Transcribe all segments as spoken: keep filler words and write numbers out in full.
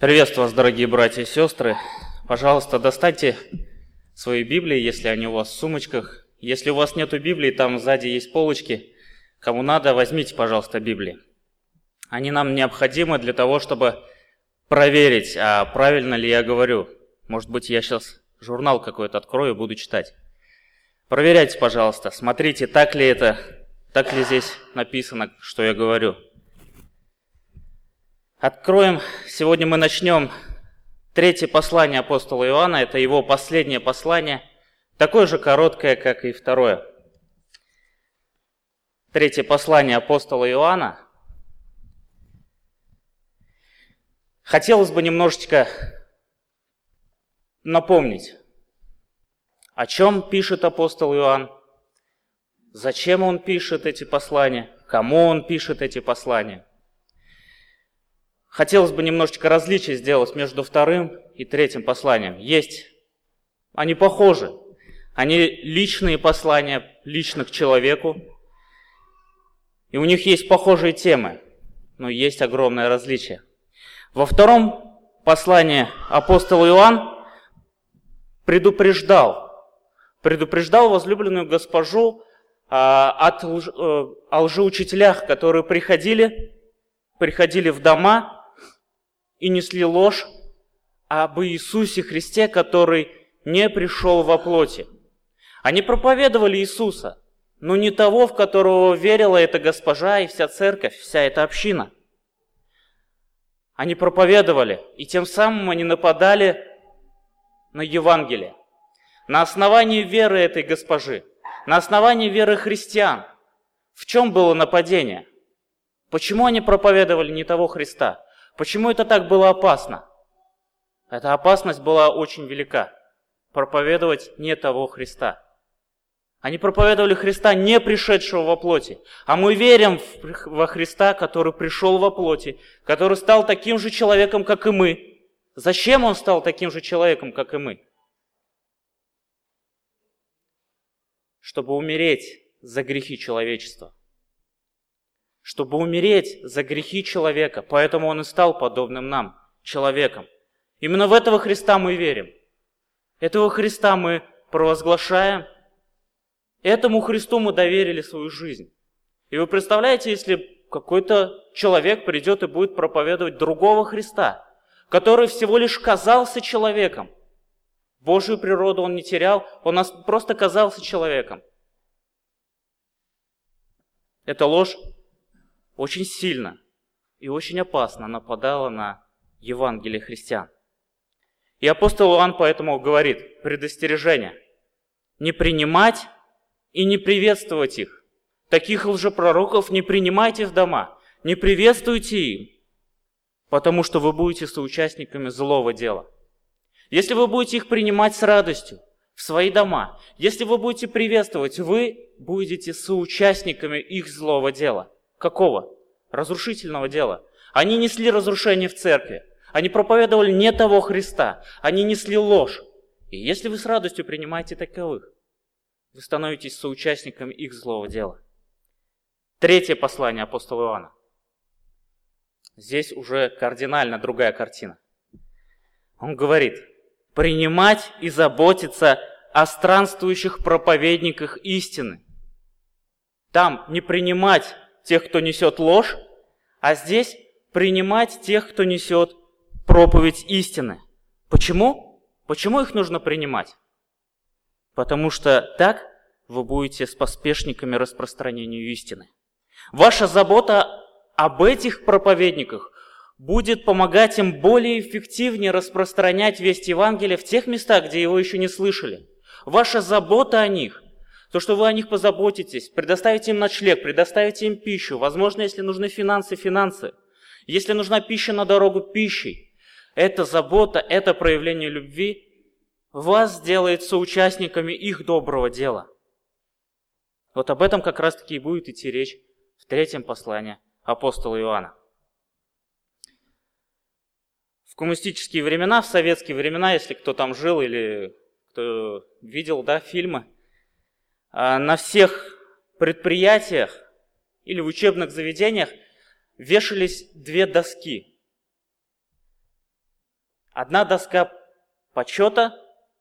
Приветствую вас, дорогие братья и сестры. Пожалуйста, достаньте свои Библии, если они у вас в сумочках. Если у вас нету Библии, там сзади есть полочки. Кому надо, возьмите, пожалуйста, Библии. Они нам необходимы для того, чтобы проверить, а правильно ли я говорю. Может быть, я сейчас журнал какой-то открою и буду читать. Проверяйте, пожалуйста, смотрите, так ли это, так ли здесь написано, что я говорю. Откроем, сегодня мы начнем третье послание апостола Иоанна, это его последнее послание, такое же короткое, как и второе. Третье послание апостола Иоанна. Хотелось бы немножечко напомнить, о чем пишет апостол Иоанн, зачем он пишет эти послания, кому он пишет эти послания. Хотелось бы немножечко различий сделать между вторым и третьим посланием. Есть, они похожи, они личные послания, лично к человеку, и у них есть похожие темы, но есть огромное различие. Во втором послании апостол Иоанн предупреждал, предупреждал возлюбленную госпожу а, от лж, а, о лжеучителях, которые приходили, приходили в дома и несли ложь об Иисусе Христе, который не пришел во плоти. Они проповедовали Иисуса, но не того, в которого верила эта госпожа и вся церковь, вся эта община. Они проповедовали, и тем самым они нападали на Евангелие. На основании веры этой госпожи, на основании веры христиан. В чем было нападение? Почему они проповедовали не того Христа? Почему это так было опасно? Эта опасность была очень велика. Проповедовать не того Христа. Они проповедовали Христа, не пришедшего во плоти. А мы верим во Христа, который пришел во плоти, который стал таким же человеком, как и мы. Зачем он стал таким же человеком, как и мы? Чтобы умереть за грехи человечества. Чтобы умереть за грехи человека. Поэтому он и стал подобным нам, человеком. Именно в этого Христа мы верим. Этого Христа мы провозглашаем. Этому Христу мы доверили свою жизнь. И вы представляете, если какой-то человек придет и будет проповедовать другого Христа, который всего лишь казался человеком. Божью природу он не терял, он просто казался человеком. Эта ложь очень сильно и очень опасно нападала на Евангелие христиан. И апостол Иоанн поэтому говорит, предостережение, не принимать и не приветствовать их. Таких лжепророков не принимайте в дома, не приветствуйте им, потому что вы будете соучастниками злого дела. Если вы будете их принимать с радостью в свои дома, если вы будете приветствовать, вы будете соучастниками их злого дела. Какого? Разрушительного дела. Они несли разрушение в церкви. Они проповедовали не того Христа. Они несли ложь. И если вы с радостью принимаете таковых, вы становитесь соучастниками их злого дела. Третье послание апостола Иоанна. Здесь уже кардинально другая картина. Он говорит, принимать и заботиться о странствующих проповедниках истины. Там не принимать тех, кто несет ложь, а здесь принимать тех, кто несет проповедь истины. Почему? Почему их нужно принимать? Потому что так вы будете с поспешниками распространению истины. Ваша забота об этих проповедниках будет помогать им более эффективнее распространять весть Евангелия в тех местах, где его еще не слышали. Ваша забота о них, то, что вы о них позаботитесь, предоставите им ночлег, предоставите им пищу, возможно, если нужны финансы, финансы, если нужна пища на дорогу, пищей. Эта забота, это проявление любви вас сделает соучастниками их доброго дела. Вот об этом как раз-таки и будет идти речь в третьем послании апостола Иоанна. В коммунистические времена, в советские времена, если кто там жил или кто видел, да, фильмы, на всех предприятиях или в учебных заведениях вешались две доски. Одна доска почета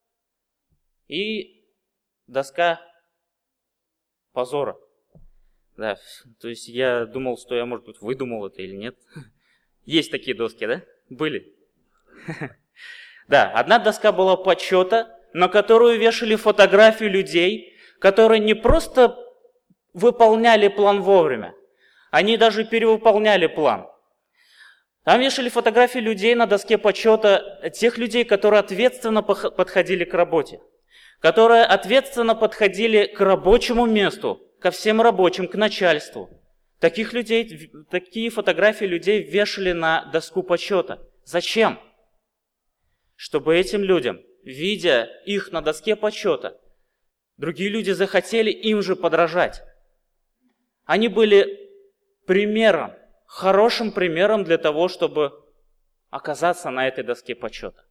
и доска позора. Да, то есть я думал, что я, может быть, выдумал это или нет. Есть такие доски, да? Были? Да, одна доска была почета, на которую вешали фотографии людей, которые не просто выполняли план вовремя, они даже перевыполняли план. Там вешали фотографии людей на доске почета, тех людей, которые ответственно подходили к работе, которые ответственно подходили к рабочему месту, ко всем рабочим, к начальству. Таких людей, такие фотографии людей вешали на доску почета. Зачем? Чтобы этим людям, видя их на доске почета, другие люди захотели им же подражать. Они были примером, хорошим примером для того, чтобы оказаться на этой доске почета.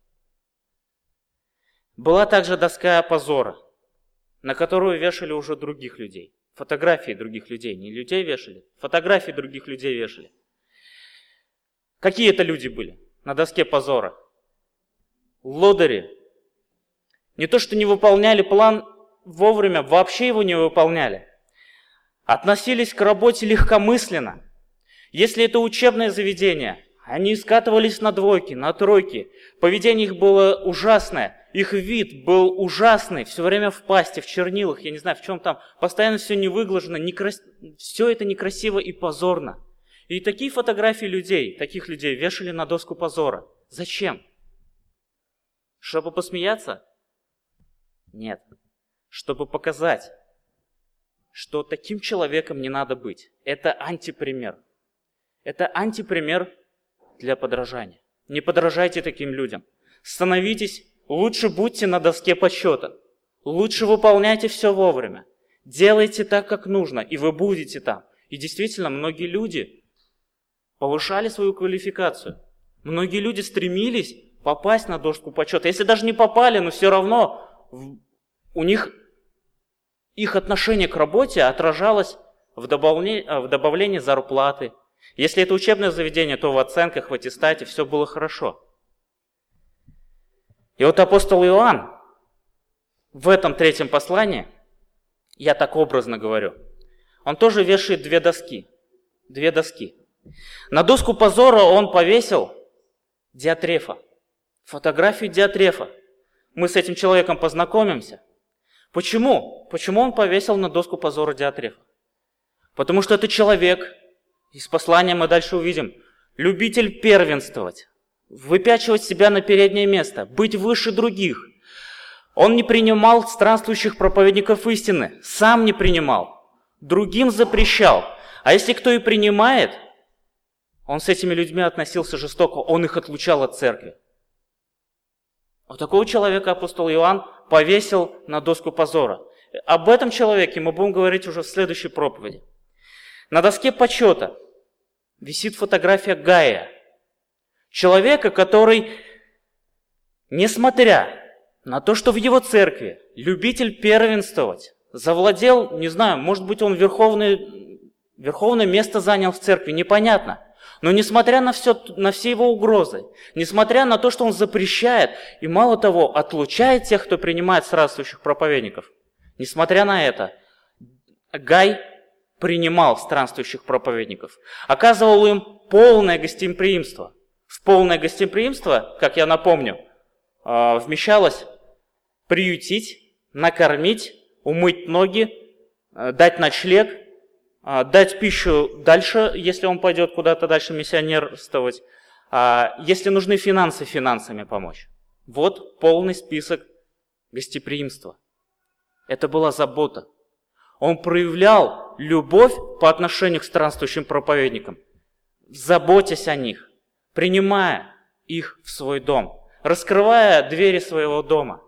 Была также доска позора, на которую вешали уже других людей. Фотографии других людей, не людей вешали, фотографии других людей вешали. Какие это люди были на доске позора? Лодыри. Не то, что не выполняли план вовремя, вообще его не выполняли. Относились к работе легкомысленно. Если это учебное заведение, они скатывались на двойки, на тройки. Поведение их было ужасное. Их вид был ужасный, все время в пасте, в чернилах, я не знаю, в чем там, постоянно все не выглажено, некрас... все это некрасиво и позорно. И такие фотографии людей, таких людей вешали на доску позора. Зачем? Чтобы посмеяться? Нет. Чтобы показать, что таким человеком не надо быть. Это антипример. Это антипример для подражания. Не подражайте таким людям. Становитесь, лучше будьте на доске почета. Лучше выполняйте все вовремя. Делайте так, как нужно, и вы будете там. И действительно, многие люди повышали свою квалификацию. Многие люди стремились попасть на доску почета. Если даже не попали, но все равно у них их отношение к работе отражалось в добавлении, в добавлении зарплаты. Если это учебное заведение, то в оценках, в аттестате все было хорошо. И вот апостол Иоанн в этом третьем послании, я так образно говорю, он тоже вешает две доски. Две доски. На доску позора он повесил Диатрефа, фотографию Диатрефа. Мы с этим человеком познакомимся. Почему? Почему он повесил на доску позора Диатрефа? Потому что это человек, из послания мы дальше увидим, любитель первенствовать, выпячивать себя на переднее место, быть выше других. Он не принимал странствующих проповедников истины, сам не принимал, другим запрещал. А если кто и принимает, он с этими людьми относился жестоко, он их отлучал от церкви. Вот такого человека апостол Иоанн повесил на доску позора. Об этом человеке мы будем говорить уже в следующей проповеди. На доске почета висит фотография Гая, человека, который, несмотря на то, что в его церкви любитель первенствовать, завладел, не знаю, может быть, он верховное, верховное место занял в церкви, непонятно. Но несмотря на, все, на все его угрозы, несмотря на то, что он запрещает, и мало того, отлучает тех, кто принимает странствующих проповедников, несмотря на это, Гай принимал странствующих проповедников, оказывал им полное гостеприимство. В полное гостеприимство, как я напомню, вмещалось приютить, накормить, умыть ноги, дать ночлег, дать пищу дальше, если он пойдет куда-то дальше миссионерствовать, если нужны финансы, финансами помочь. Вот полный список гостеприимства. Это была забота. Он проявлял любовь по отношению к странствующим проповедникам, заботясь о них, принимая их в свой дом, раскрывая двери своего дома.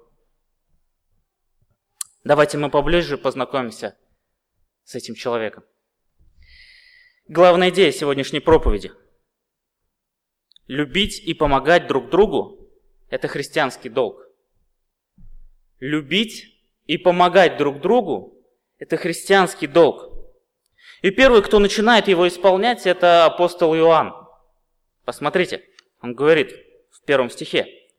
Давайте мы поближе познакомимся с этим человеком. Главная идея сегодняшней проповеди. Любить и помогать друг другу – это христианский долг. Любить и помогать друг другу – это христианский долг. И первый, кто начинает его исполнять, это апостол Иоанн. Посмотрите, он говорит в первом стихе.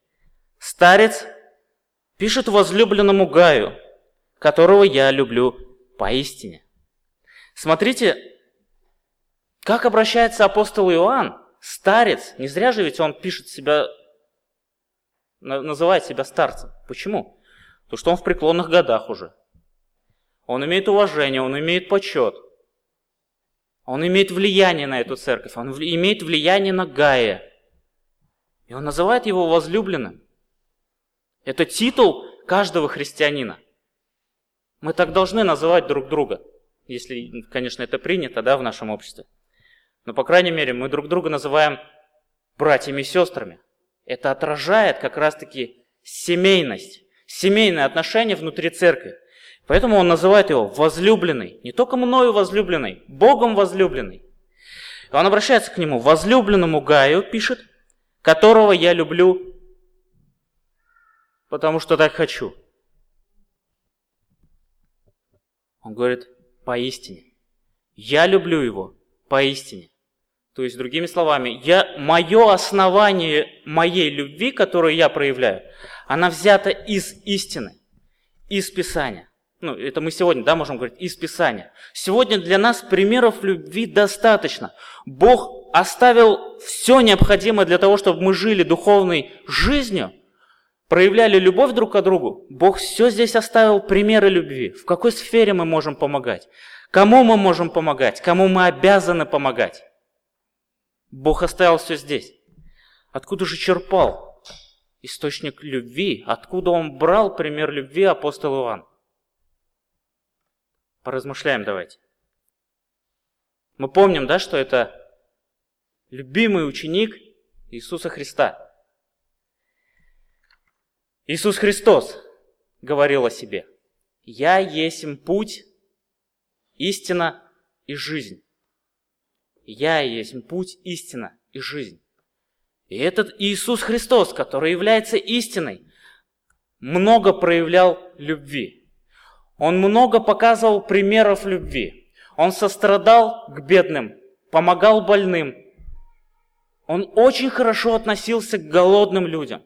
Старец пишет возлюбленному Гаю, которого я люблю поистине. Смотрите, как обращается апостол Иоанн, старец. Не зря же ведь он пишет себя, называет себя старцем. Почему? Потому что он в преклонных годах уже. Он имеет уважение, он имеет почет. Он имеет влияние на эту церковь, он имеет влияние на Гая. И он называет его возлюбленным. Это титул каждого христианина. Мы так должны называть друг друга, если, конечно, это принято, да, в нашем обществе. Но, по крайней мере, мы друг друга называем братьями и сестрами. Это отражает как раз-таки семейность, семейные отношения внутри церкви. Поэтому он называет его возлюбленный. Не только мною возлюбленный, Богом возлюбленный. Он обращается к нему, возлюбленному Гаю, пишет, которого я люблю, потому что так хочу. Он говорит, поистине. Я люблю его поистине. То есть, другими словами, я, мое основание моей любви, которую я проявляю, она взята из истины, из Писания. Ну, это мы сегодня, да, можем говорить, из Писания. Сегодня для нас примеров любви достаточно. Бог оставил все необходимое для того, чтобы мы жили духовной жизнью, проявляли любовь друг к другу. Бог все здесь оставил примеры любви. В какой сфере мы можем помогать? Кому мы можем помогать? Кому мы обязаны помогать? Бог оставил все здесь. Откуда же черпал источник любви? Откуда он брал пример любви апостол Иоанн? Поразмышляем давайте. Мы помним, да, что это любимый ученик Иисуса Христа. Иисус Христос говорил о себе: «Я есмь путь, истина и жизнь». «Я есмь путь, истина и жизнь». И этот Иисус Христос, который является истиной, много проявлял любви. Он много показывал примеров любви. Он сострадал к бедным, помогал больным. Он очень хорошо относился к голодным людям.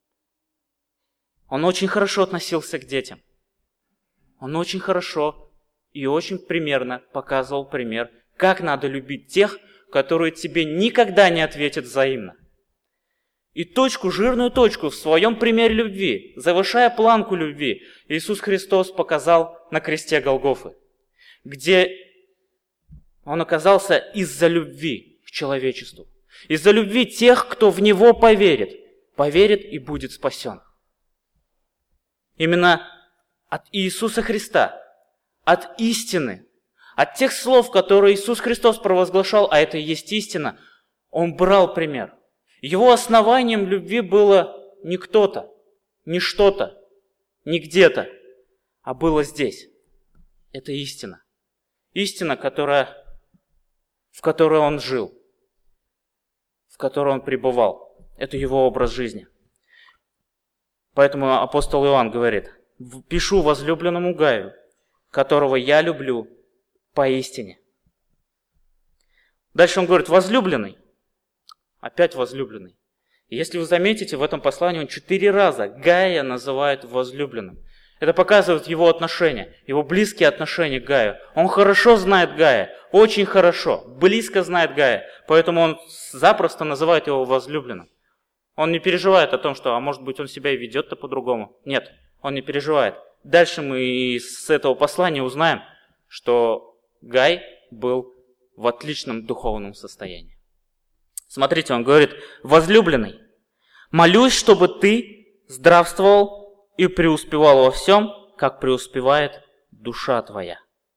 Он очень хорошо относился к детям. Он очень хорошо и очень примерно показывал пример, как надо любить тех, которые тебе никогда не ответят взаимно. И точку, жирную точку в своем примере любви, завышая планку любви, Иисус Христос показал на кресте Голгофы, где Он оказался из-за любви к человечеству, из-за любви тех, кто в Него поверит, поверит и будет спасен. Именно от Иисуса Христа, от истины, от тех слов, которые Иисус Христос провозглашал, а это и есть истина, Он брал пример. Его основанием любви было не кто-то, не что-то, не где-то, а было здесь. Это истина. Истина, которая, в которой он жил, в которой он пребывал. Это его образ жизни. Поэтому апостол Иоанн говорит: «Пишу возлюбленному Гаю, которого я люблю поистине». Дальше он говорит: возлюбленный. Опять возлюбленный. И если вы заметите, в этом послании он четыре раза Гая называет возлюбленным. Это показывает его отношения, его близкие отношения к Гаю. Он хорошо знает Гая, очень хорошо, близко знает Гая, поэтому он запросто называет его возлюбленным. Он не переживает о том, что, а может быть, он себя и ведет-то по-другому. Нет, он не переживает. Дальше мы с этого послания узнаем, что Гай был в отличном духовном состоянии. Смотрите, он говорит: возлюбленный, молюсь, чтобы ты здравствовал и преуспевал во всем, как преуспевает душа твоя.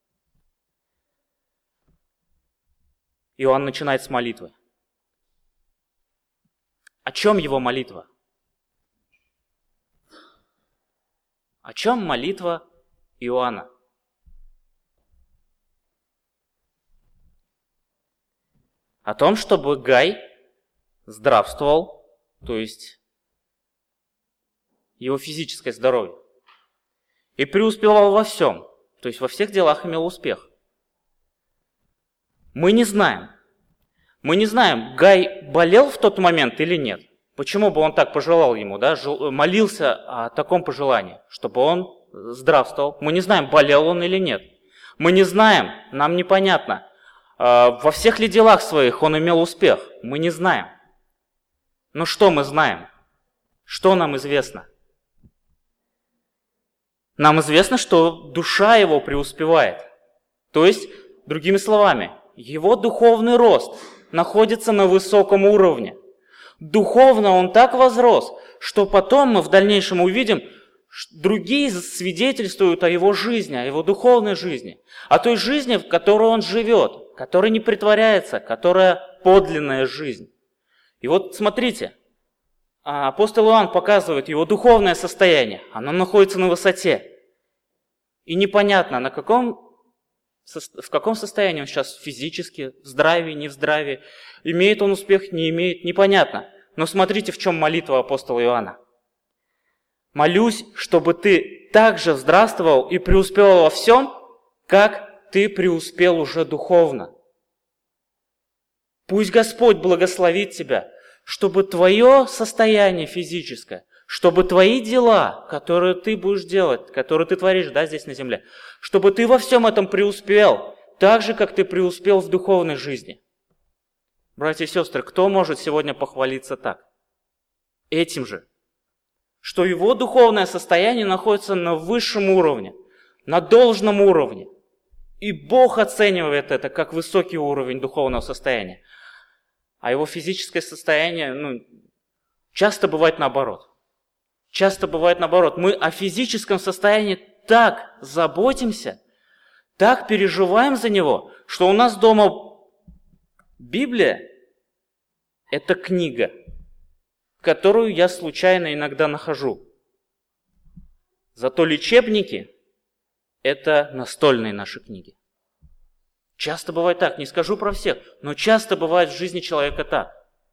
Иоанн начинает с молитвы. О чем его молитва? О чем молитва Иоанна? О том, чтобы Гай здравствовал, то есть его физическое здоровье, и преуспевал во всем, то есть во всех делах имел успех. Мы не знаем. Мы не знаем, Гай болел в тот момент или нет. Почему бы он так пожелал ему, да, жел, молился о таком пожелании, чтобы он здравствовал? Мы не знаем, болел он или нет. Мы не знаем, нам непонятно, во всех ли делах своих он имел успех. Мы не знаем. Но что мы знаем? Что нам известно? Нам известно, что душа его преуспевает. То есть, другими словами, его духовный рост находится на высоком уровне. Духовно он так возрос, что потом мы в дальнейшем увидим, другие свидетельствуют о его жизни, о его духовной жизни, о той жизни, в которой он живет, которая не притворяется, которая подлинная жизнь. И вот смотрите, апостол Иоанн показывает его духовное состояние, оно находится на высоте. И непонятно, на каком, в каком состоянии он сейчас физически, в здравии, не в здравии, имеет он успех, не имеет, непонятно. Но смотрите, в чем молитва апостола Иоанна. «Молюсь, чтобы ты также здравствовал и преуспел во всем, как ты преуспел уже духовно. Пусть Господь благословит тебя, чтобы твое состояние физическое, чтобы твои дела, которые ты будешь делать, которые ты творишь, да, здесь на земле, чтобы ты во всем этом преуспел, так же, как ты преуспел в духовной жизни». Братья и сестры, кто может сегодня похвалиться так? Этим же. Что его духовное состояние находится на высшем уровне, на должном уровне. И Бог оценивает это как высокий уровень духовного состояния. А его физическое состояние, ну, часто бывает наоборот. Часто бывает наоборот. Мы о физическом состоянии так заботимся, так переживаем за него, что у нас дома Библия – это книга, которую я случайно иногда нахожу. Зато лечебники – это настольные наши книги. Часто бывает так, не скажу про всех, но часто бывает в жизни человека так.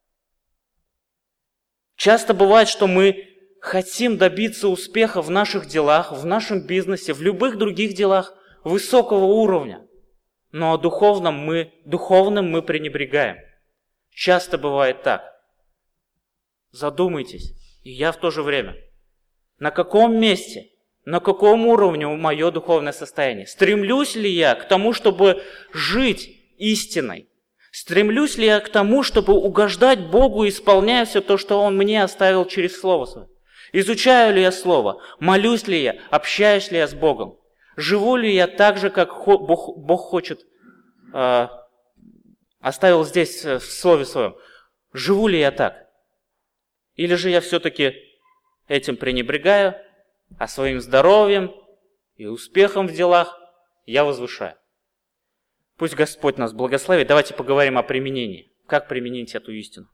Часто бывает, что мы хотим добиться успеха в наших делах, в нашем бизнесе, в любых других делах высокого уровня. Но о духовном мы, духовным мы пренебрегаем. Часто бывает так. Задумайтесь, и я в то же время. На каком месте, на каком уровне мое духовное состояние? Стремлюсь ли я к тому, чтобы жить истиной? Стремлюсь ли я к тому, чтобы угождать Богу, исполняя все то, что Он мне оставил через Слово Свое? Изучаю ли я Слово? Молюсь ли я? Общаюсь ли я с Богом? Живу ли я так же, как Бог, Бог хочет, э, оставил здесь в Слове Своем? Живу ли я так? Или же я все-таки этим пренебрегаю, а своим здоровьем и успехом в делах я возвышаю? Пусть Господь нас благословит. Давайте поговорим о применении. Как применить эту истину?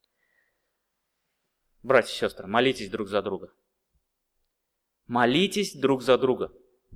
Братья и сестры, молитесь друг за друга. Молитесь друг за друга.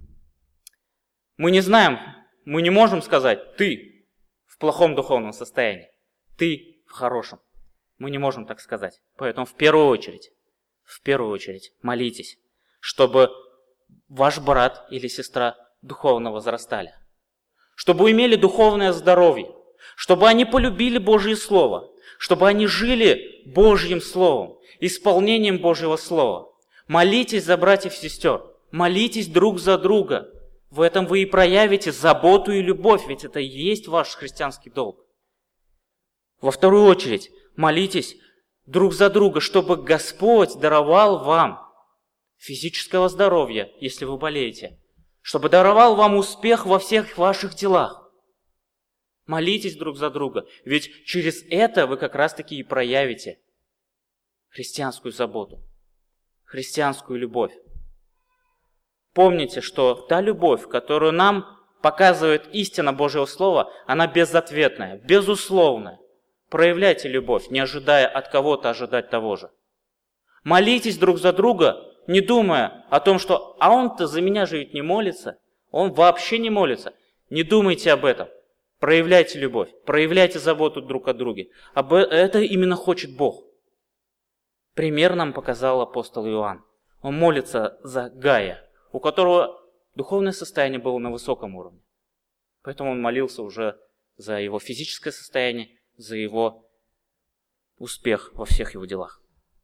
Мы не знаем, мы не можем сказать, ты в плохом духовном состоянии, ты в хорошем. Мы не можем так сказать. Поэтому в первую очередь, в первую очередь молитесь, чтобы ваш брат или сестра духовно возрастали. Чтобы имели духовное здоровье. Чтобы они полюбили Божье Слово. Чтобы они жили Божьим Словом, исполнением Божьего Слова. Молитесь за братьев и сестер. Молитесь друг за друга. В этом вы и проявите заботу и любовь, ведь это и есть ваш христианский долг. Во вторую очередь, молитесь друг за друга, чтобы Господь даровал вам физического здоровья, если вы болеете, чтобы даровал вам успех во всех ваших делах. Молитесь друг за друга, ведь через это вы как раз-таки и проявите христианскую заботу, христианскую любовь. Помните, что та любовь, которую нам показывает истина Божьего Слова, она безответная, безусловная. Проявляйте любовь, не ожидая от кого-то ожидать того же. Молитесь друг за друга, не думая о том, что «а он-то за меня же ведь не молится, он вообще не молится». Не думайте об этом. Проявляйте любовь, проявляйте заботу друг о друге. Об это именно хочет Бог. Пример нам показал апостол Иоанн. Он молится за Гая, у которого духовное состояние было на высоком уровне. Поэтому он молился уже за его физическое состояние, за его успех во всех его делах.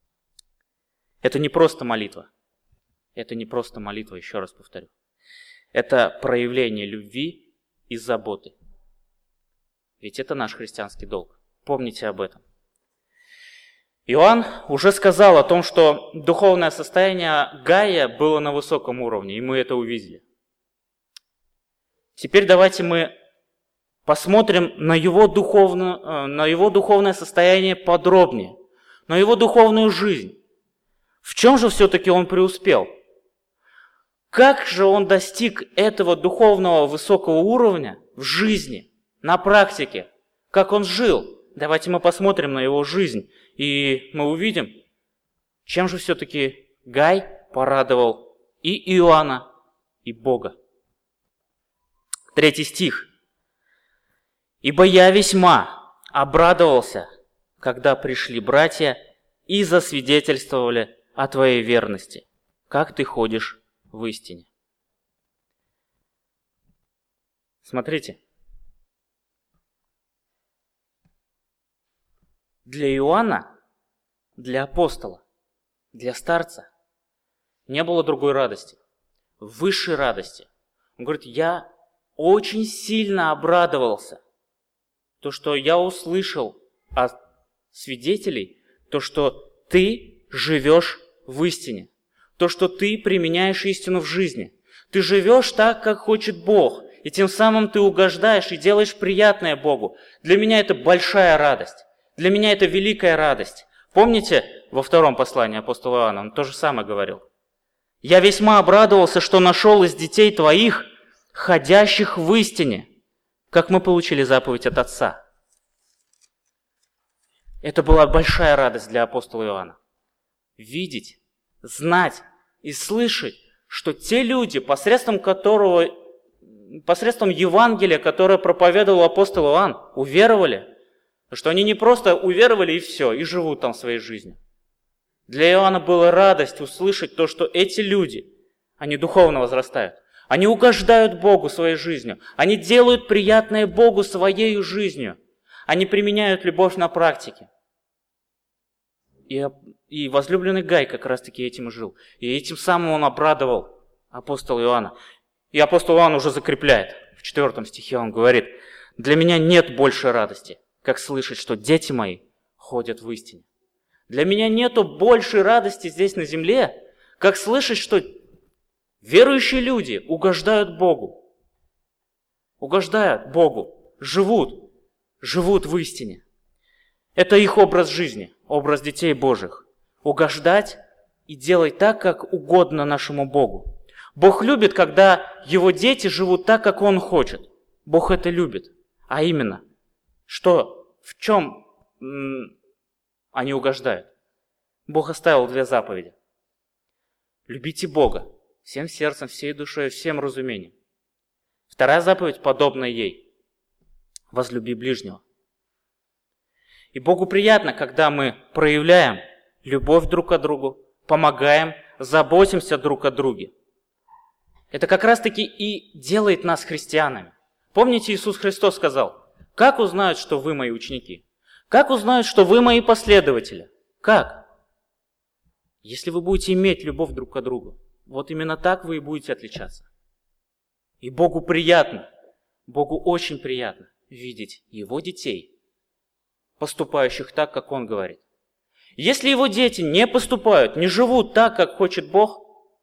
Это не просто молитва. Это не просто молитва, еще раз повторю. Это проявление любви и заботы. Ведь это наш христианский долг. Помните об этом. Иоанн уже сказал о том, что духовное состояние Гая было на высоком уровне, и мы это увидели. Теперь давайте мы посмотрим на его, духовно, на его духовное состояние подробнее, на его духовную жизнь. В чем же все-таки он преуспел? Как же он достиг этого духовного высокого уровня в жизни, на практике? Как он жил? Давайте мы посмотрим на его жизнь, и мы увидим, чем же все-таки Гай порадовал и Иоанна, и Бога. Третий стих. «Ибо я весьма обрадовался, когда пришли братья и засвидетельствовали о твоей верности, как ты ходишь в истине». Смотрите. Для Иоанна, для апостола, для старца не было другой радости, высшей радости. Он говорит, я очень сильно обрадовался. То, что я услышал от свидетелей, то, что ты живешь в истине, то, что ты применяешь истину в жизни. Ты живешь так, как хочет Бог, и тем самым ты угождаешь и делаешь приятное Богу. Для меня это большая радость. Для меня это великая радость. Помните, во втором послании апостола Иоанна он то же самое говорил. «Я весьма обрадовался, что нашел из детей твоих, ходящих в истине, как мы получили заповедь от Отца». Это была большая радость для апостола Иоанна. Видеть, знать и слышать, что те люди, посредством которого, посредством Евангелия, которое проповедовал апостол Иоанн, уверовали, что они не просто уверовали и все, и живут там своей жизнью. Для Иоанна была радость услышать то, что эти люди, они духовно возрастают. Они угождают Богу своей жизнью. Они делают приятное Богу своей жизнью. Они применяют любовь на практике. И, и возлюбленный Гай как раз-таки этим и жил. И этим самым он обрадовал апостола Иоанна. И апостол Иоанн уже закрепляет. В четвертом стихе он говорит, «Для меня нет большей радости, как слышать, что дети мои ходят в истине». Для меня нету большей радости здесь на земле, как слышать, что верующие люди угождают Богу. Угождают Богу, живут, живут в истине. Это их образ жизни, образ детей Божьих. Угождать и делать так, как угодно нашему Богу. Бог любит, когда Его дети живут так, как Он хочет. Бог это любит. А именно, что, в чем м, они угождают? Бог оставил две заповеди. Любите Бога всем сердцем, всей душой, всем разумением. Вторая заповедь подобна ей. Возлюби ближнего. И Богу приятно, когда мы проявляем любовь друг к другу, помогаем, заботимся друг о друге. Это как раз-таки и делает нас христианами. Помните, Иисус Христос сказал, как узнают, что вы мои ученики? Как узнают, что вы мои последователи? Как? Если вы будете иметь любовь друг к другу. Вот именно так вы и будете отличаться. И Богу приятно, Богу очень приятно видеть Его детей, поступающих так, как Он говорит. Если Его дети не поступают, не живут так, как хочет Бог,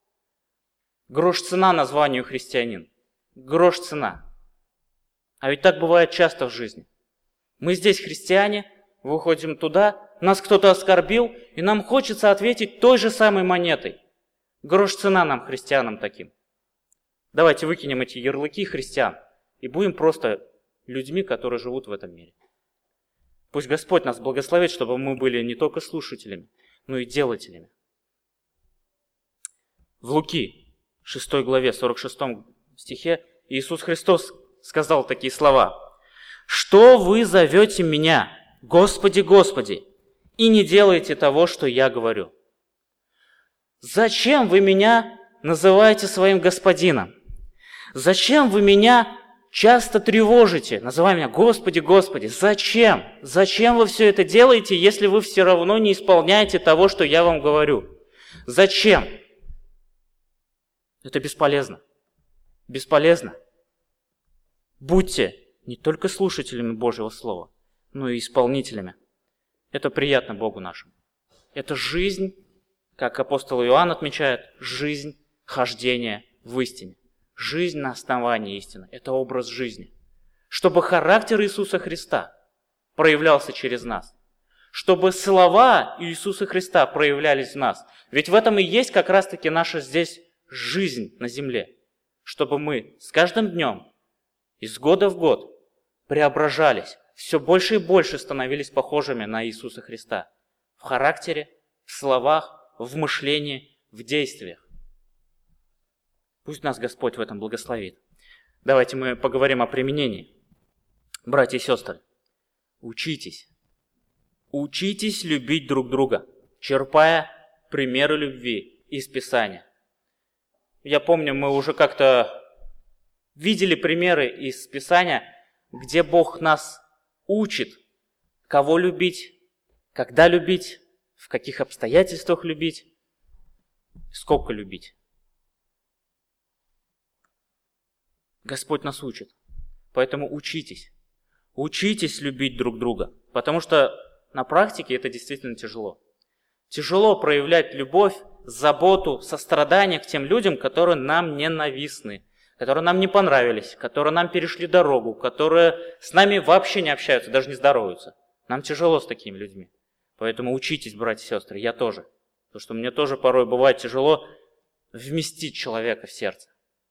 грош цена названию христианин. Грош цена. А ведь так бывает часто в жизни. Мы здесь христиане, выходим туда, нас кто-то оскорбил, и нам хочется ответить той же самой монетой. Грош цена нам, христианам таким. Давайте выкинем эти ярлыки христиан и будем просто людьми, которые живут в этом мире. Пусть Господь нас благословит, чтобы мы были не только слушателями, но и делателями. В Луки, шестой главе, сорок шестом стихе, Иисус Христос сказал такие слова. «Что вы зовете меня, Господи, Господи, и не делаете того, что я говорю? Зачем вы меня называете своим господином? Зачем вы меня часто тревожите, называя меня Господи, Господи? Зачем? Зачем вы все это делаете, если вы все равно не исполняете того, что я вам говорю? Зачем? Это бесполезно. Бесполезно. Будьте не только слушателями Божьего Слова, но и исполнителями. Это приятно Богу нашему. Это жизнь, как апостол Иоанн отмечает, жизнь хождения в истине. Жизнь на основании истины. Это образ жизни. Чтобы характер Иисуса Христа проявлялся через нас. Чтобы слова Иисуса Христа проявлялись в нас. Ведь в этом и есть как раз-таки наша здесь жизнь на земле. Чтобы мы с каждым днем, из года в год, преображались, все больше и больше становились похожими на Иисуса Христа. В характере, в словах, в мышлении, в действиях. Пусть нас Господь в этом благословит. Давайте мы поговорим о применении. Братья и сестры, учитесь. Учитесь любить друг друга, черпая примеры любви из Писания. Я помню, мы уже как-то видели примеры из Писания, где Бог нас учит, кого любить, когда любить, в каких обстоятельствах любить, сколько любить. Господь нас учит. Поэтому учитесь. Учитесь любить друг друга. Потому что на практике это действительно тяжело. Тяжело проявлять любовь, заботу, сострадание к тем людям, которые нам ненавистны, которые нам не понравились, которые нам перешли дорогу, которые с нами вообще не общаются, даже не здороваются. Нам тяжело с такими людьми. Поэтому учитесь, братья и сестры, я тоже. Потому что мне тоже порой бывает тяжело вместить человека в сердце.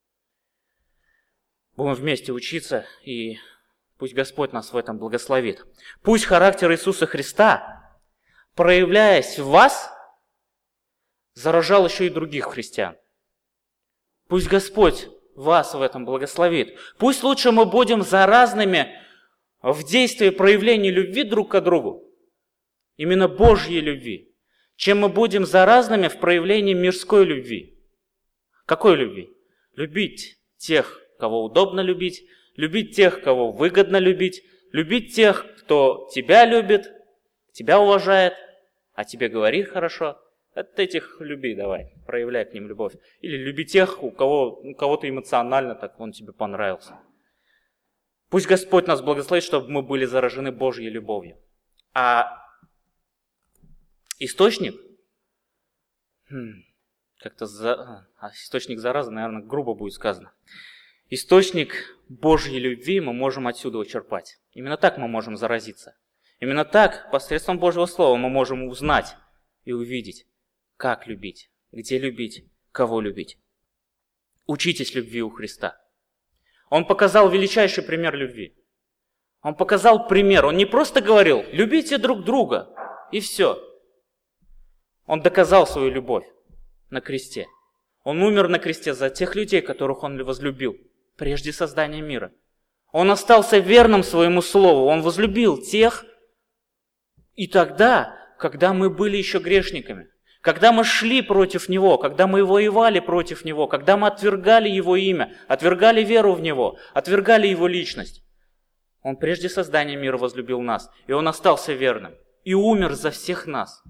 Будем вместе учиться, и пусть Господь нас в этом благословит. Пусть характер Иисуса Христа, проявляясь в вас, заражал еще и других христиан. Пусть Господь вас в этом благословит. Пусть лучше мы будем заразными в действии проявления любви друг к другу, именно Божьей любви, чем мы будем заразными в проявлении мирской любви. Какой любви? Любить тех, кого удобно любить, любить тех, кого выгодно любить, любить тех, кто тебя любит, тебя уважает, а тебе говорит хорошо. От этих люби давай, проявляй к ним любовь. Или люби тех, у кого, у кого-то эмоционально так он тебе понравился. Пусть Господь нас благословит, чтобы мы были заражены Божьей любовью. А источник, хм, как-то за, а источник заразы, наверное, грубо будет сказано. Источник Божьей любви мы можем отсюда учерпать. Именно так мы можем заразиться. Именно так, посредством Божьего Слова, мы можем узнать и увидеть, как любить, где любить, кого любить. Учитесь любви у Христа. Он показал величайший пример любви. Он показал пример. Он не просто говорил, любите друг друга, и все. Он доказал свою любовь на кресте. Он умер на кресте за тех людей, которых он возлюбил прежде создания мира. Он остался верным своему слову. Он возлюбил тех и тогда, когда мы были еще грешниками. Когда мы шли против Него, когда мы воевали против Него, когда мы отвергали Его имя, отвергали веру в Него, отвергали Его личность. Он прежде создания мира возлюбил нас, и Он остался верным, и умер за всех нас.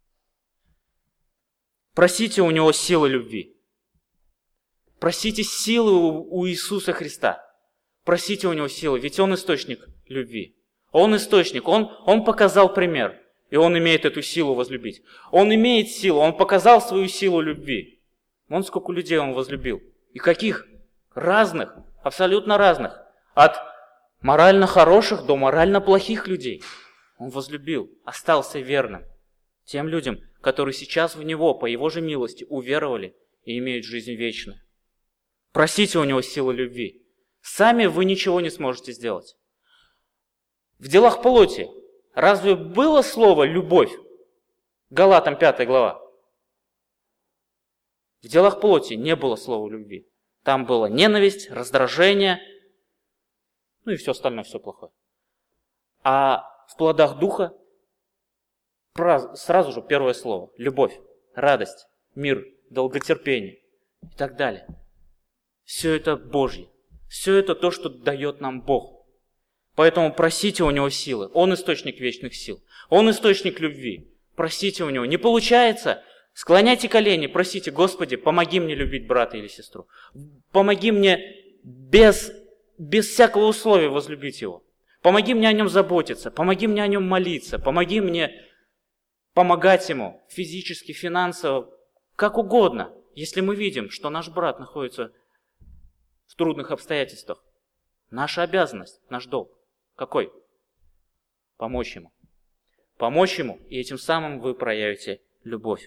Просите у Него силы любви. Просите силы у, у Иисуса Христа. Просите у Него силы, ведь Он источник любви. Он источник, Он, он показал пример. И Он имеет эту силу возлюбить. Он имеет силу, Он показал свою силу любви. Вон сколько людей Он возлюбил. И каких? Разных, абсолютно разных. От морально хороших до морально плохих людей. Он возлюбил, остался верным тем людям, которые сейчас в Него, по Его же милости, уверовали и имеют жизнь вечную. Просите у Него силы любви. Сами вы ничего не сможете сделать. В делах плоти разве было слово «любовь»? Галатам пятая глава. В делах плоти не было слова любви. Там была ненависть, раздражение, ну и все остальное, все плохое. А в плодах духа сразу же первое слово – любовь, радость, мир, долготерпение и так далее. Все это Божье. Все это то, что дает нам Бог. Поэтому просите у Него силы. Он источник вечных сил. Он источник любви. Просите у Него. Не получается? Склоняйте колени, просите: Господи, помоги мне любить брата или сестру. Помоги мне без, без всякого условия возлюбить его. Помоги мне о нем заботиться, помоги мне о нем молиться, помоги мне помогать ему физически, финансово, как угодно, если мы видим, что наш брат находится в трудных обстоятельствах. Наша обязанность, наш долг. Какой? Помочь ему. Помочь ему, и этим самым вы проявите любовь.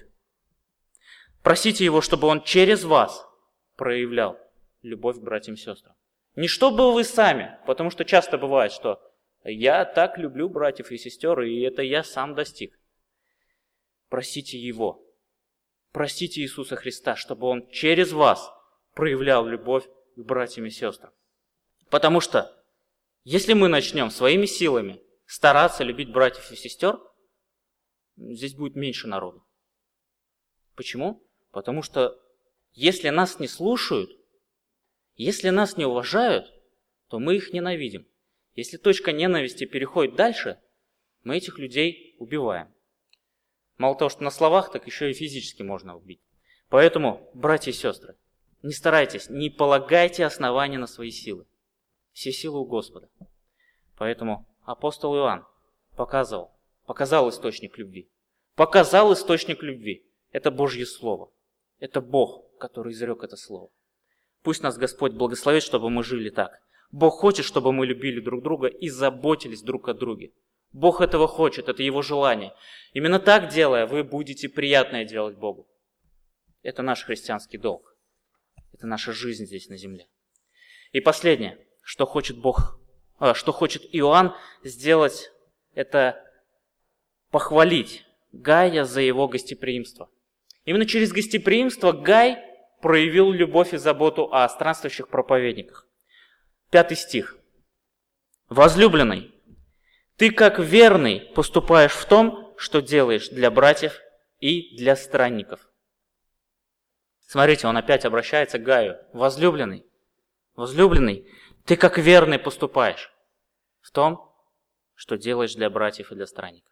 Просите его, чтобы он через вас проявлял любовь к братьям и сестрам. Не чтобы вы сами, потому что часто бывает, что я так люблю братьев и сестер, и это я сам достиг. Просите его. Просите Иисуса Христа, чтобы он через вас проявлял любовь к братьям и сестрам. Потому что если мы начнем своими силами стараться любить братьев и сестер, здесь будет меньше народу. Почему? Потому что если нас не слушают, если нас не уважают, то мы их ненавидим. Если точка ненависти переходит дальше, мы этих людей убиваем. Мало того, что на словах, так еще и физически можно убить. Поэтому, братья и сестры, не старайтесь, не полагайте основания на свои силы. Все силы у Господа. Поэтому апостол Иоанн показывал, показал источник любви. Показал источник любви. Это Божье Слово. Это Бог, который изрек это Слово. Пусть нас Господь благословит, чтобы мы жили так. Бог хочет, чтобы мы любили друг друга и заботились друг о друге. Бог этого хочет, это Его желание. Именно так делая, вы будете приятное делать Богу. Это наш христианский долг. Это наша жизнь здесь на земле. И последнее, что хочет Бог, а, что хочет Иоанн сделать, это похвалить Гая за его гостеприимство. Именно через гостеприимство Гай проявил любовь и заботу о странствующих проповедниках. Пятый стих. «Возлюбленный, ты как верный поступаешь в том, что делаешь для братьев и для странников». Смотрите, он опять обращается к Гаю. «Возлюбленный, возлюбленный, ты как верный поступаешь в том, что делаешь для братьев и для странников».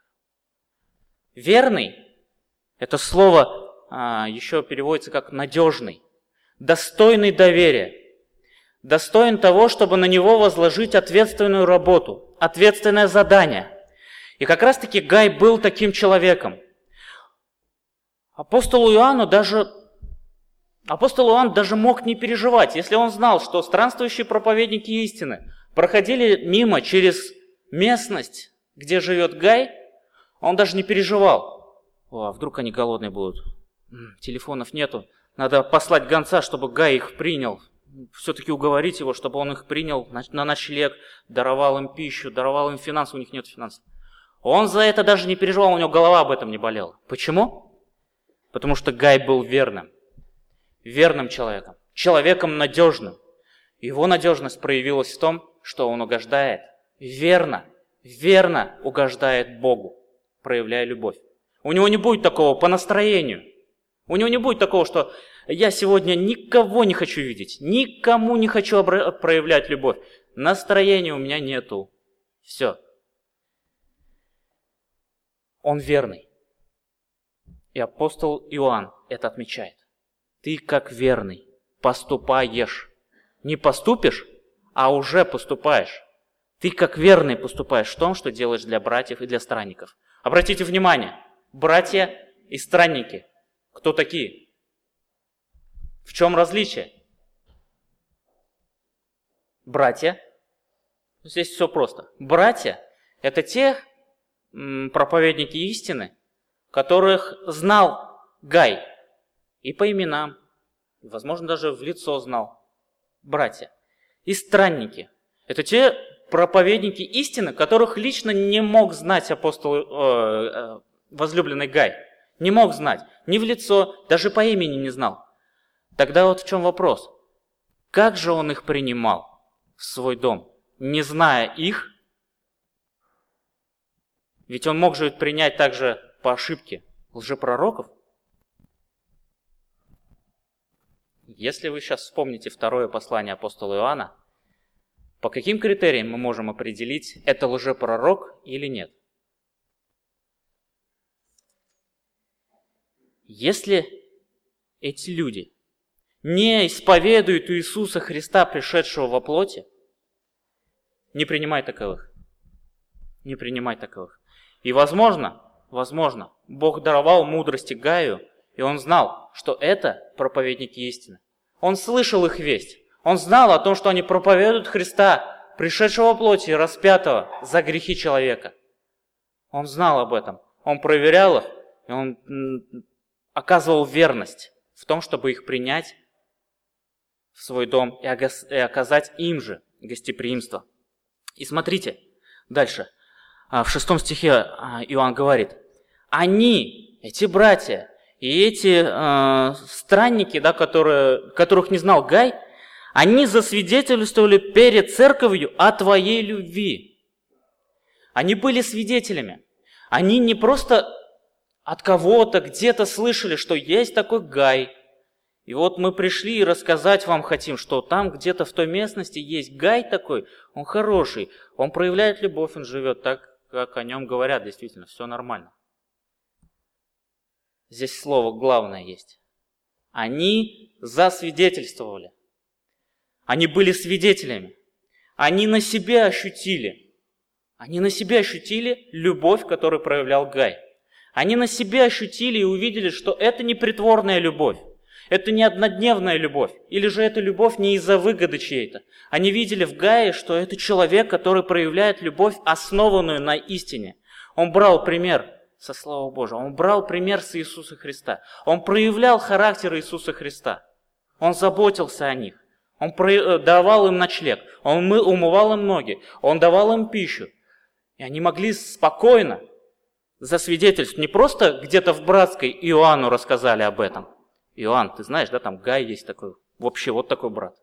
Верный – это слово а, еще переводится как надежный, достойный доверия, достоин того, чтобы на него возложить ответственную работу, ответственное задание. И как раз-таки Гай был таким человеком. Апостолу Иоанну даже, апостол Иоанн даже мог не переживать, если он знал, что странствующие проповедники истины проходили мимо через местность, где живет Гай, он даже не переживал. О, а вдруг они голодные будут? Телефонов нету. Надо послать гонца, чтобы Гай их принял. Все-таки уговорить его, чтобы он их принял на ночлег, даровал им пищу, даровал им финансы, у них нет финансов. Он за это даже не переживал, у него голова об этом не болела. Почему? Потому что Гай был верным. Верным человеком. Человеком надежным. Его надежность проявилась в том, что он угождает. Верно, верно угождает Богу, проявляя любовь. У него не будет такого по настроению. У него не будет такого, что я сегодня никого не хочу видеть, никому не хочу обра- проявлять любовь. Настроения у меня нету. Все. Он верный. И апостол Иоанн это отмечает. Ты как верный поступаешь. Не поступишь, а уже поступаешь. Ты как верный поступаешь в том, что делаешь для братьев и для странников. Обратите внимание, братья и странники. Кто такие? В чем различие? Братья. Здесь все просто. Братья – это те м, проповедники истины, которых знал Гай. И по именам, возможно, даже в лицо знал. Братья. И странники – это те проповедники истины, которых лично не мог знать апостол, э, э, возлюбленный Гай. Не мог знать. Ни в лицо, даже по имени не знал. Тогда вот в чем вопрос. Как же он их принимал в свой дом, не зная их? Ведь он мог же принять также по ошибке лжепророков. Если вы сейчас вспомните второе послание апостола Иоанна, по каким критериям мы можем определить, это лжепророк или нет? если эти люди не исповедуют Иисуса Христа, пришедшего во плоти, не принимай таковых. Не принимай таковых. И возможно, возможно, Бог даровал мудрости Гаю, и он знал, что это проповедники истины. Он слышал их весть. Он знал о том, что они проповедуют Христа, пришедшего во плоти и распятого за грехи человека. Он знал об этом. Он проверял их, и он оказывал верность в том, чтобы их принять в свой дом и оказать им же гостеприимство. И смотрите дальше. В шестом стихе Иоанн говорит: они, эти братья и эти э, странники, да, которые, которых не знал Гай, они засвидетельствовали перед церковью о твоей любви. Они были свидетелями. Они не просто от кого-то где-то слышали, что есть такой Гай. И вот мы пришли и рассказать вам хотим, что там где-то в той местности есть Гай такой, он хороший, он проявляет любовь, он живет так, как о нем говорят, действительно, все нормально. Здесь слово главное есть. Они засвидетельствовали. Они были свидетелями. Они на себе ощутили. Они на себе ощутили любовь, которую проявлял Гай. Они на себе ощутили и увидели, что это не притворная любовь. Это не однодневная любовь. Или же это любовь не из-за выгоды чьей-то. Они видели в Гае, что это человек, который проявляет любовь, основанную на истине. Он брал пример со Слова Божьего. Он брал пример с Иисуса Христа. Он проявлял характер Иисуса Христа. Он заботился о них. Он давал им ночлег. Он умывал им ноги. Он давал им пищу. И они могли спокойно засвидетельствовать. Не просто где-то в братской Иоанну рассказали об этом. Иоанн, ты знаешь, да, там Гай есть такой. Вообще вот такой брат.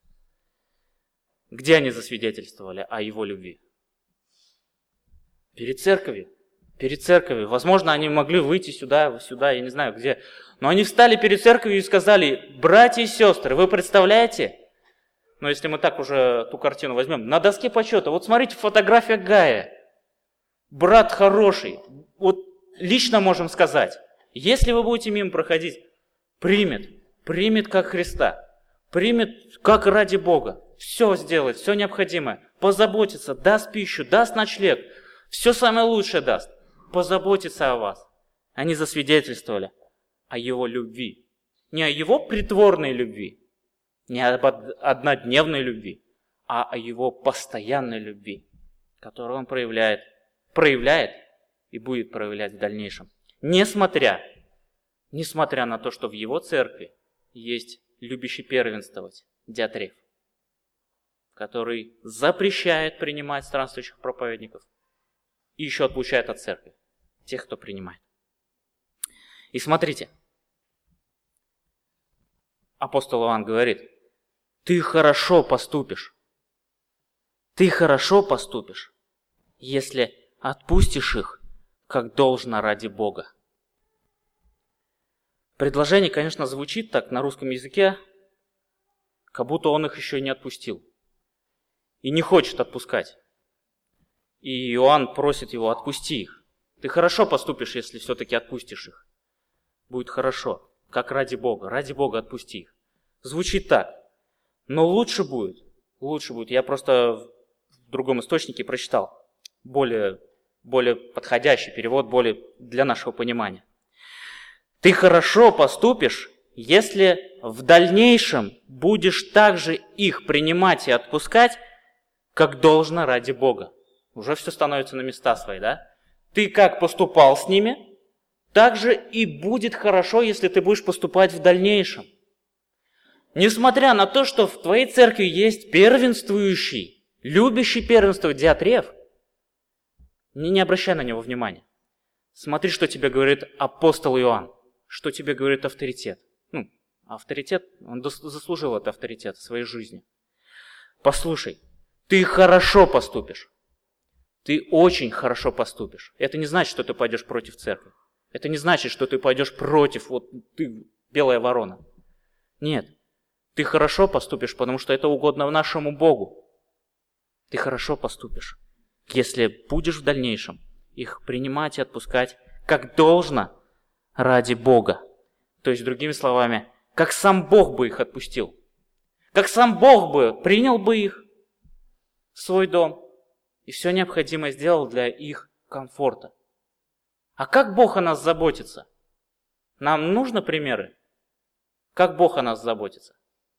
Где они засвидетельствовали о его любви? Перед церковью. Перед церковью. Возможно, они могли выйти сюда, сюда, я не знаю где. Но они встали перед церковью и сказали: братья и сестры, вы представляете? Но если мы так уже ту картину возьмем, на доске почета, вот смотрите, фотография Гая. Брат хороший. Вот лично можем сказать, если вы будете мимо проходить, примет, примет как Христа, примет как ради Бога. Все сделает, все необходимое. Позаботится, даст пищу, даст ночлег. Все самое лучшее даст. Позаботится о вас. Они засвидетельствовали о его любви. Не о его притворной любви, не об однодневной любви, а о его постоянной любви, которую он проявляет, проявляет и будет проявлять в дальнейшем. Несмотря, несмотря на то, что в его церкви есть любящий первенствовать Диатреф, который запрещает принимать странствующих проповедников и еще отлучает от церкви тех, кто принимает. И смотрите, апостол Иоанн говорит: ты хорошо поступишь, ты хорошо поступишь, если отпустишь их, как должно ради Бога. Предложение, конечно, звучит так на русском языке, как будто он их еще не отпустил и не хочет отпускать. И Иоанн просит его: отпусти их. Ты хорошо поступишь, если все-таки отпустишь их. Будет хорошо, как ради Бога. Ради Бога отпусти их. Звучит так. Но лучше будет, лучше будет. Я просто в другом источнике прочитал более, более подходящий перевод, более для нашего понимания. Ты хорошо поступишь, если в дальнейшем будешь также их принимать и отпускать, как должно ради Бога. Уже все становится на места свои, да? Ты как поступал с ними, так же и будет хорошо, если ты будешь поступать в дальнейшем. Несмотря на то, что в твоей церкви есть первенствующий, любящий первенствовать Диатреф, не, не обращай на него внимания. Смотри, что тебе говорит апостол Иоанн, что тебе говорит авторитет. Ну, авторитет, он заслужил этот авторитет в своей жизни. Послушай, ты хорошо поступишь. Ты очень хорошо поступишь. Это не значит, что ты пойдешь против церкви. Это не значит, что ты пойдешь против, вот ты белая ворона. Нет. Ты хорошо поступишь, потому что это угодно нашему Богу. Ты хорошо поступишь, если будешь в дальнейшем их принимать и отпускать, как должно ради Бога. То есть, другими словами, как сам Бог бы их отпустил. Как сам Бог бы принял бы их в свой дом и все необходимое сделал для их комфорта. А как Бог о нас заботится? Нам нужны примеры? Как Бог о нас заботится?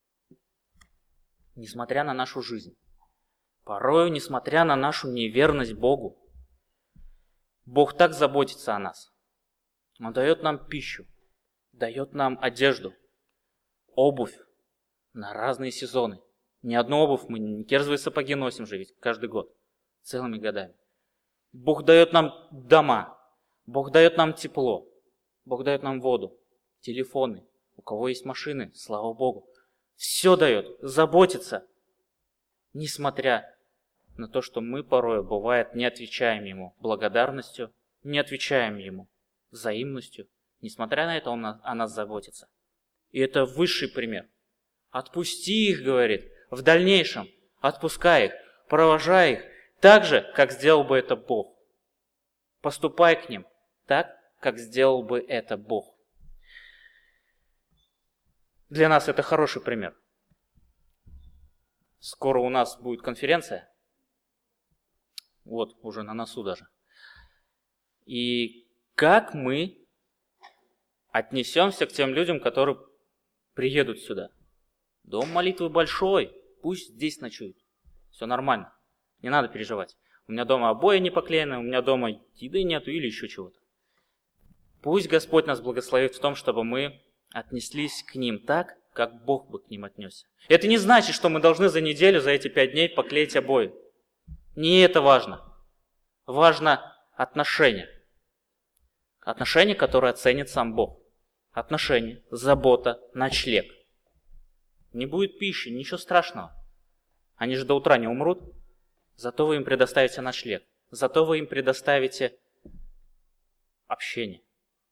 Несмотря на нашу жизнь, порою, несмотря на нашу неверность Богу, Бог так заботится о нас. Он дает нам пищу, дает нам одежду, обувь на разные сезоны. Ни одну обувь мы, не кирзовые сапоги носим же ведь каждый год, целыми годами. Бог дает нам дома, Бог дает нам тепло, Бог дает нам воду, телефоны. У кого есть машины, слава Богу. Все дает, заботится, несмотря на то, что мы порой, бывает, не отвечаем Ему благодарностью, не отвечаем Ему взаимностью. Несмотря на это, Он о нас заботится. И это высший пример. Отпусти их, говорит, в дальнейшем, отпускай их, провожай их, так же, как сделал бы это Бог. Поступай к ним так, как сделал бы это Бог. Для нас это хороший пример. Скоро у нас будет конференция. Вот, уже на носу даже. И как мы отнесемся к тем людям, которые приедут сюда? Дом молитвы большой, пусть здесь ночуют. Все нормально, не надо переживать. У меня дома обои не поклеены, у меня дома еды нету или еще чего-то. Пусть Господь нас благословит в том, чтобы мы отнеслись к ним так, как Бог бы к ним отнесся. Это не значит, что мы должны за неделю, за эти пять дней поклеить обои. Не это важно. Важно отношение. Отношение, которое оценит сам Бог. Отношение, забота, ночлег. Не будет пищи, ничего страшного. Они же до утра не умрут. Зато вы им предоставите ночлег. Зато вы им предоставите общение.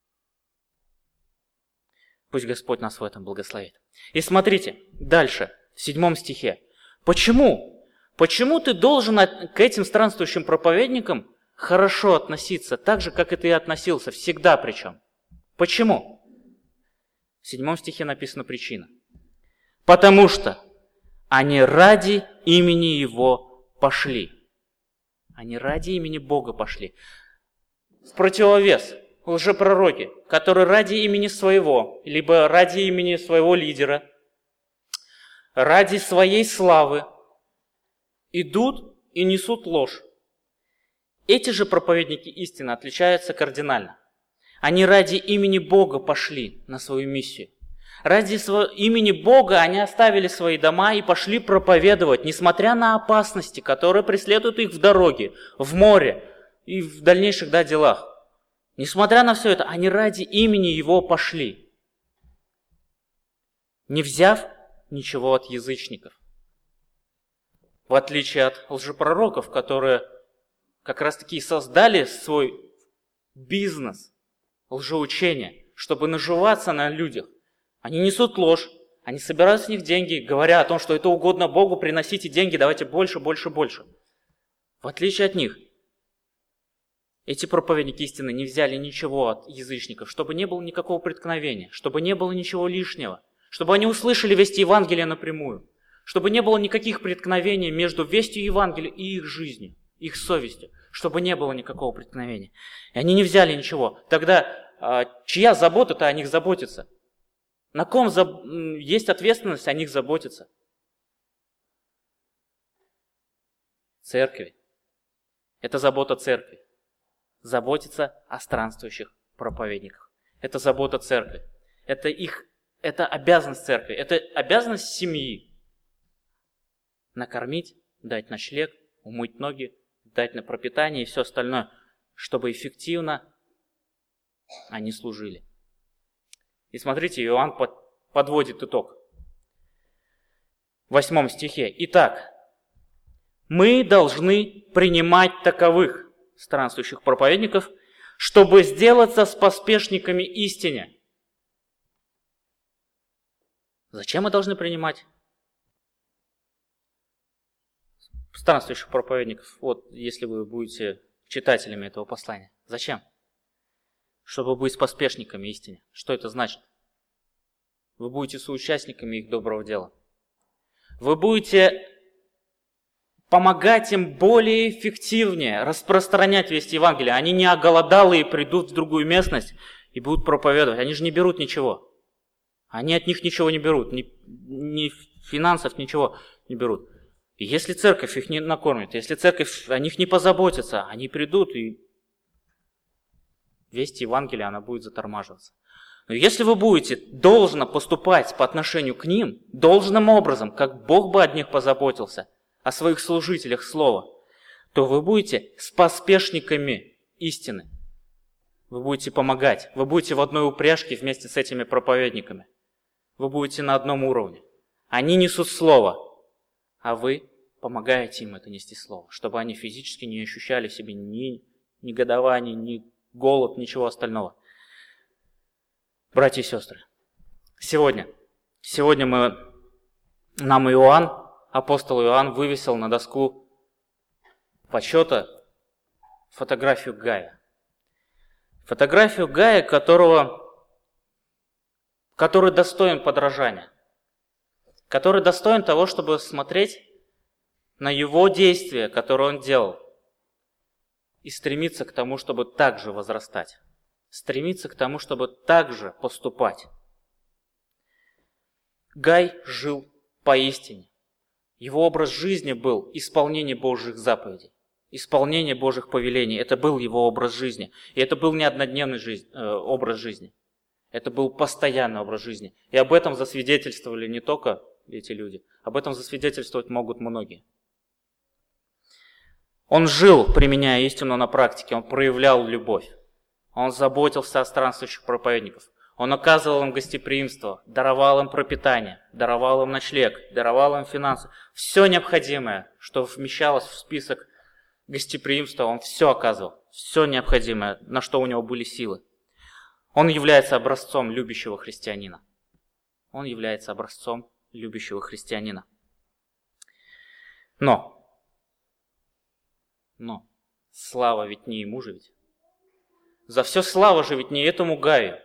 Пусть Господь нас в этом благословит. И смотрите, дальше, в седьмом стихе. Почему? Почему ты должен к этим странствующим проповедникам хорошо относиться, так же, как и ты относился, всегда причем? Почему? В седьмом стихе написана причина. Потому что они ради имени Его пошли. Они ради имени Бога пошли. В противовес лжепророки, которые ради имени своего, либо ради имени своего лидера, ради своей славы идут и несут ложь. Эти же проповедники истины отличаются кардинально. Они ради имени Бога пошли на свою миссию. Ради своего имени Бога они оставили свои дома и пошли проповедовать, несмотря на опасности, которые преследуют их в дороге, в море и в дальнейших да, делах. Несмотря на все это, они ради имени Его пошли, не взяв ничего от язычников. В отличие от лжепророков, которые как раз таки создали свой бизнес, лжеучение, чтобы наживаться на людях. Они несут ложь, они собирают с них деньги, говоря о том, что это угодно Богу, приносите деньги, давайте больше, больше, больше. В отличие от них, эти проповедники истины не взяли ничего от язычников, чтобы не было никакого преткновения, чтобы не было ничего лишнего, чтобы они услышали весть Евангелия напрямую, чтобы не было никаких преткновений между вестью Евангелия и их жизнью, их совестью, чтобы не было никакого преткновения. И они не взяли ничего. Тогда а, чья забота-то о них заботится? На ком за... есть ответственность о них заботиться? Церкви. Это забота церкви. Заботиться о странствующих проповедниках. Это забота церкви. Это их, это обязанность церкви. Это обязанность семьи. Накормить, дать ночлег, умыть ноги, дать на пропитание и все остальное, чтобы эффективно они служили. И смотрите, Иоанн подводит итог. В восьмом стихе. Итак, мы должны принимать таковых странствующих проповедников, чтобы сделаться с поспешниками истине. Зачем мы должны принимать странствующих проповедников? Вот, если вы будете читателями этого послания. Зачем? Чтобы быть поспешниками истине. Что это значит? Вы будете соучастниками их доброго дела. Вы будете помогать им более эффективнее распространять весть Евангелия. Они не оголодалые придут в другую местность и будут проповедовать. Они же не берут ничего. Они от них ничего не берут. Ни, ни финансов, ничего не берут. И если церковь их не накормит, если церковь о них не позаботится, они придут, и весть Евангелия, она будет затормаживаться. Но если вы будете должно поступать по отношению к ним, должным образом, как Бог бы о них позаботился, о своих служителях слова, то вы будете поспешниками истины. Вы будете помогать, вы будете в одной упряжке вместе с этими проповедниками. Вы будете на одном уровне. Они несут слово, а вы помогаете им это нести слово, чтобы они физически не ощущали в себе ни негодования, ни голод, ничего остального. Братья и сестры, сегодня, сегодня мы, нам Иоанн, апостол Иоанн, вывесил на доску почета фотографию Гая. Фотографию Гая, которого, который достоин подражания, который достоин того, чтобы смотреть на его действия, которые он делал, и стремиться к тому, чтобы также возрастать. Стремиться к тому, чтобы также поступать. Гай жил поистине. Его образ жизни был исполнение Божьих заповедей, исполнение Божьих повелений. Это был его образ жизни. И это был не однодневный жизнь, э, образ жизни. Это был постоянный образ жизни. И об этом засвидетельствовали не только эти люди, об этом засвидетельствовать могут многие. Он жил, применяя истину на практике, он проявлял любовь. Он заботился о странствующих проповедников. Он оказывал им гостеприимство, даровал им пропитание, даровал им ночлег, даровал им финансы. Все необходимое, что вмещалось в список гостеприимства, он все оказывал. Все необходимое, на что у него были силы. Он является образцом любящего христианина. Он является образцом любящего христианина. Но, но, слава ведь не ему же ведь. За все слава же ведь не этому Гаю.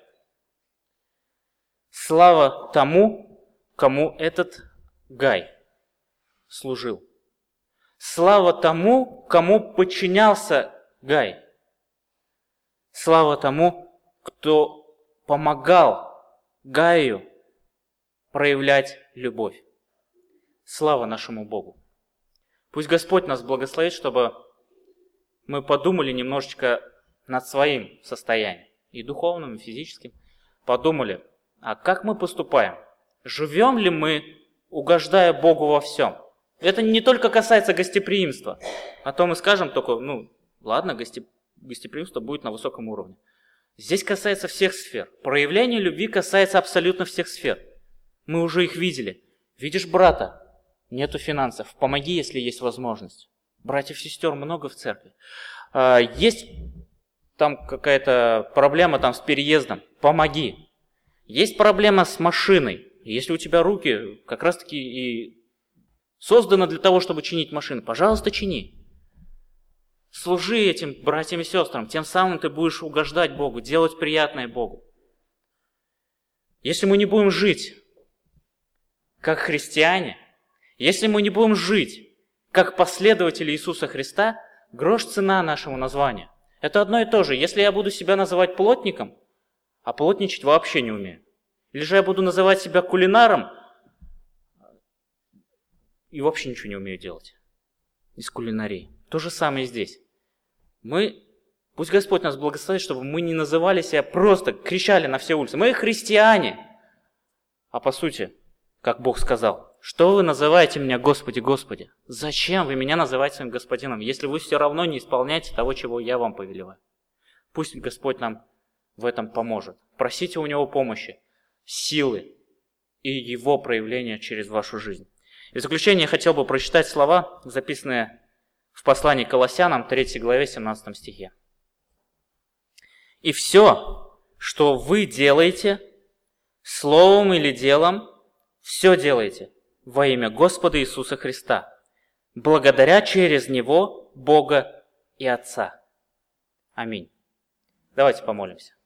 Слава тому, кому этот Гай служил. Слава тому, кому подчинялся Гай. Слава тому, кто помогал Гаю проявлять любовь. Слава нашему Богу. Пусть Господь нас благословит, чтобы мы подумали немножечко над своим состоянием, и духовным, и физическим. Подумали, а как мы поступаем? Живем ли мы, угождая Богу во всем? Это не только касается гостеприимства. А то мы скажем только, ну, ладно, гости, гостеприимство будет на высоком уровне. Здесь касается всех сфер. Проявление любви касается абсолютно всех сфер. Мы уже их видели. Видишь брата, нету финансов, помоги, если есть возможность. Братьев и сестер много в церкви. Есть там какая-то проблема там, с переездом, помоги. Есть проблема с машиной. Если у тебя руки как раз-таки и созданы для того, чтобы чинить машины, пожалуйста, чини. Служи этим братьям и сестрам, тем самым ты будешь угождать Богу, делать приятное Богу. Если мы не будем жить как христиане, если мы не будем жить как последователи Иисуса Христа, грош цена нашему названию. Это одно и то же. Если я буду себя называть плотником, а плотничать вообще не умею, или же я буду называть себя кулинаром и вообще ничего не умею делать из кулинарии. То же самое и здесь. Мы, пусть Господь нас благословит, чтобы мы не называли себя просто, кричали на все улицы. Мы христиане. А по сути, как Бог сказал, что вы называете меня Господи, Господи? Зачем вы меня называете своим Господином, если вы все равно не исполняете того, чего я вам повелеваю? Пусть Господь нам в этом поможет. Просите у Него помощи, силы и Его проявления через вашу жизнь. И в заключение я хотел бы прочитать слова, записанные в послании к Колоссянам, третьей главе, семнадцатом стихе. «И все, что вы делаете, словом или делом, все делайте во имя Господа Иисуса Христа, благодаря через Него Бога и Отца. Аминь». Давайте помолимся.